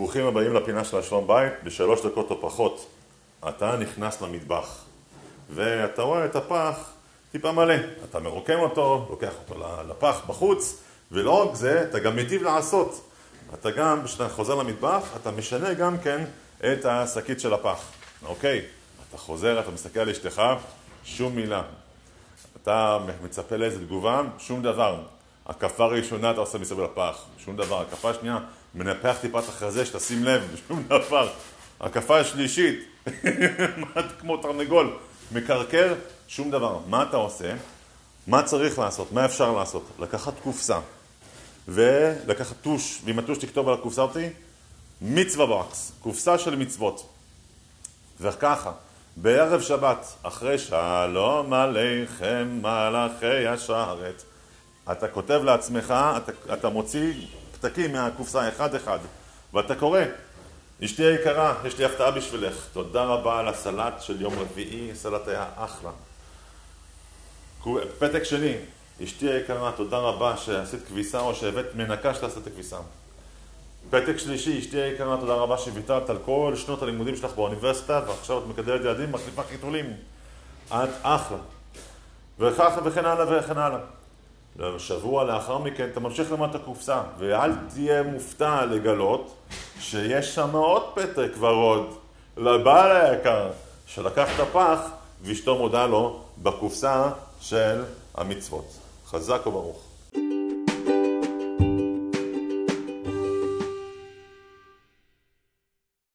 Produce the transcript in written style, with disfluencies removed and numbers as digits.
ברוכים הבאים לפינה של השלום בית. בשלוש דקות או פחות אתה נכנס למטבח ואתה רואה את הפח טיפה מלא, אתה מרוקם אותו, לוקח אותו לפח בחוץ, ולא רק זה, אתה גם מיטיב לעשות. אתה גם, כשאתה חוזר למטבח, אתה משנה גם כן את השקית של הפח. אוקיי, אתה חוזר, אתה מסתכל על אשתך, שום מילה. אתה מצפה לאיזה תגובה, שום דבר. הקפה הראשונה אתה עושה מסביב לפח, שום דבר. הקפה השנייה, מנפח טיפה את החזה, שתשים לב, שום דבר. הקפה השלישית, כמו תרנגול, מקרקר, שום דבר. מה אתה עושה? מה צריך לעשות? מה אפשר לעשות? לקחת קופסה, ולקחת טוש, ועם הטוש תכתוב על הקופסה אותי, מצווה בוקס, קופסה של מצוות. וככה, בערב שבת, אחרי שלום עליכם מלאכי השרת, אתה כותב לעצמך, אתה מוציא פתקים מהקופסה אחד, ואתה קורא, אשתי היקרה, יש לי הפתעה בשבילך, תודה רבה על הסלט של יום רביעי, הסלט היה אחלה. פתק שני, אשתי היקרה, תודה רבה שעשית כביסה או שהבאת מנקה שתעשית כביסה. פתק שלישי, אשתי היקרה, תודה רבה שוויתרת על כל שנות הלימודים שלך באוניברסיטה, ועכשיו את מקדלת ילדים, מחליפה חיתולים. את אחלה. וככה וכן הלאה וכן הלאה. שבוע לאחר מכן אתה ממשיך למטה הקופסה, ואל תהיה מופתע לגלות שיש שם עוד פתק ורוד לבעל היקר שלקח את הפח ואשתו מודה לו בקופסה של המצוות. חזק וברוך.